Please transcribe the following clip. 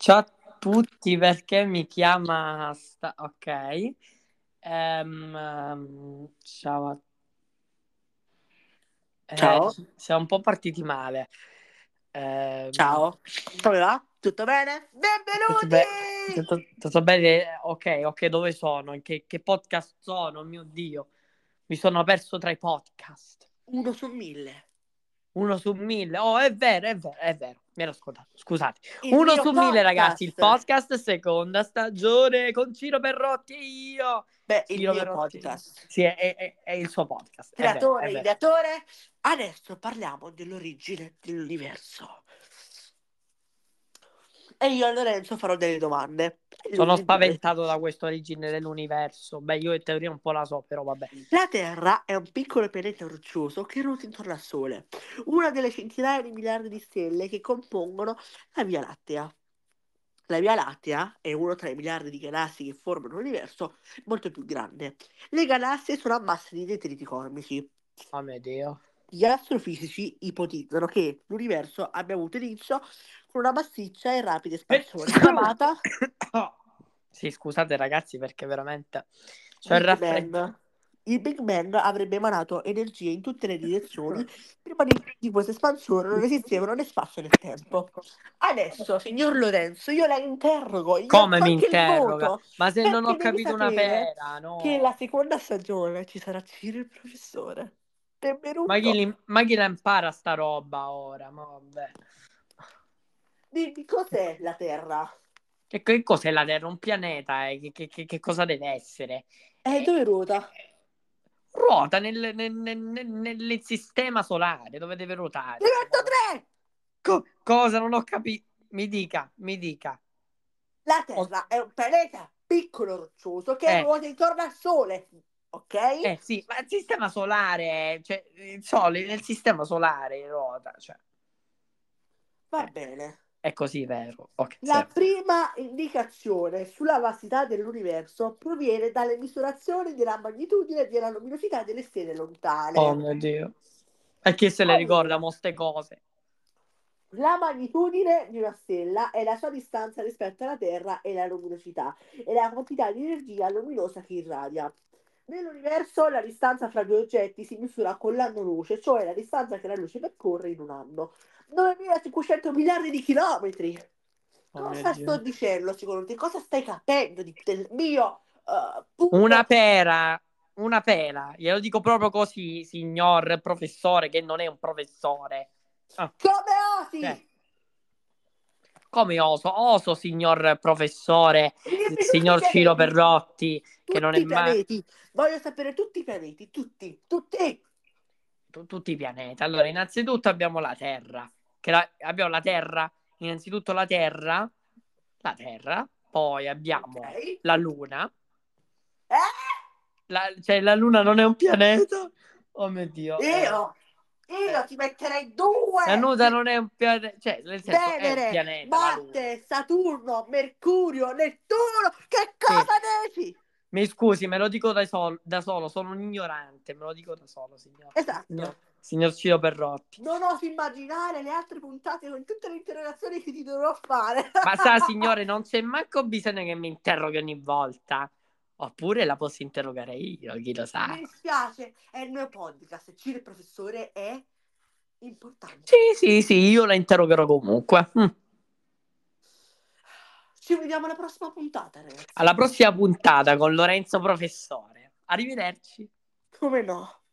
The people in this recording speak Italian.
Ciao a tutti, perché mi chiama ok. Ciao Ciao, siamo un po' partiti male. Ehm, ciao, come va? Tutto bene? tutto, be- Benvenuti! tutto bene? Ok, dove sono? In che podcast sono? Mio Dio, mi sono perso tra i podcast. 1 su 1000. Uno su 1000. Oh, è vero. Mi ero scordato. Scusate. Il Uno mio su 1000, ragazzi. Il podcast. podcast, seconda stagione con Ciro Perrotti e io. Beh, il Ciro mio Perrotti. podcast. Sì, è il suo podcast. È vero, è Creatore, vero. ideatore. Adesso parliamo dell'origine dell'universo. E io a Lorenzo farò delle domande. E lui Sono rimane. spaventato da questa origine dell'universo. Beh, io in teoria un po' la so, però vabbè. La Terra è un piccolo pianeta roccioso che ruota intorno al Sole, una delle centinaia di miliardi di stelle che compongono la Via Lattea. La Via Lattea è uno tra i miliardi di galassie che formano un universo molto più grande. Le galassie sono ammasse di detriti cosmici. Oh mio Dio. Gli astrofisici ipotizzano che l'universo abbia avuto inizio con una massiccia e rapida espansione chiamata Sì, scusate ragazzi perché veramente c'ho il Big raffreddore. Bang. Il Big Bang avrebbe emanato energia in tutte le direzioni. Prima di questa espansione non esistevano né spazio né tempo. Adesso, signor Lorenzo, io la interrogo, gli Come alzo mi anche il interroga? voto, Ma se non ho perché devi capito una sapere pera, che la no. seconda stagione ci sarà Ciro il professore. Ma Benvenuto. ma chi la impara sta roba ora? Ma vabbè. Dimmi cos'è la Terra? Che cos'è la Terra? Un pianeta? Che cosa deve essere? Dove ruota? Ruota nel sistema solare, dove deve ruotare. Diverto 3! Cosa? Non ho capito. Mi dica. La O- Terra è un pianeta piccolo roccioso che eh, ruota intorno al Sole, ok? sì, ma il sistema solare, cioè, il Sole nel sistema solare ruota, cioè, Va eh, bene. è così vero. Ok, sì. La prima indicazione sulla vastità dell'universo proviene dalle misurazioni della magnitudine e della luminosità delle stelle Oh lontane. mio Dio. E chi se le ricorda Allora, mo ste cose? la magnitudine di una stella è la sua distanza rispetto alla Terra e la luminosità, e la quantità di energia luminosa che irradia. Nell'universo la distanza fra due oggetti si misura con l'anno luce, cioè la distanza che la luce percorre in un anno. 9.500 miliardi di chilometri! Oh mio Cosa sto Dio. dicendo secondo te? Cosa stai capendo del mio Una punto? pera, una pera. Glielo dico proprio così, signor professore, che non è un professore. Ah, Come cioè, osi? come oso? Oso, signor professore, Dimmi tutti i signor Ciro pianeti. Perrotti, che non è Tutti i mai... pianeti. Voglio sapere tutti i pianeti. Tutti. Tutti. tutti i pianeti. Allora, innanzitutto abbiamo la Terra, abbiamo la Terra, innanzitutto la Terra, poi Ok. abbiamo la Luna, Eh? cioè la Luna non è un pianeta, oh mio Dio, Io. Io eh, ti metterei la due. Luna non è un pianeta, cioè nel senso è un Venere, pianeta la Luna, Marte, Saturno, Mercurio, Nettuno. Che sì. cosa dici? Mi scusi, me lo dico da solo, sono un ignorante, me lo dico da solo, Esatto. signor Ciro Perrotti. Non oso immaginare le altre puntate con tutte le interrogazioni che ti dovrò fare. Ma sa, signore, non c'è manco bisogno che mi interroghi ogni volta. Oppure la posso interrogare io, chi lo Mi sa. dispiace, è il mio podcast. Ciro il professore è Sì, importante. sì, io la interrogherò comunque. Ci vediamo alla prossima puntata, ragazzi. Alla prossima puntata con Lorenzo Professore. Arrivederci. Come no?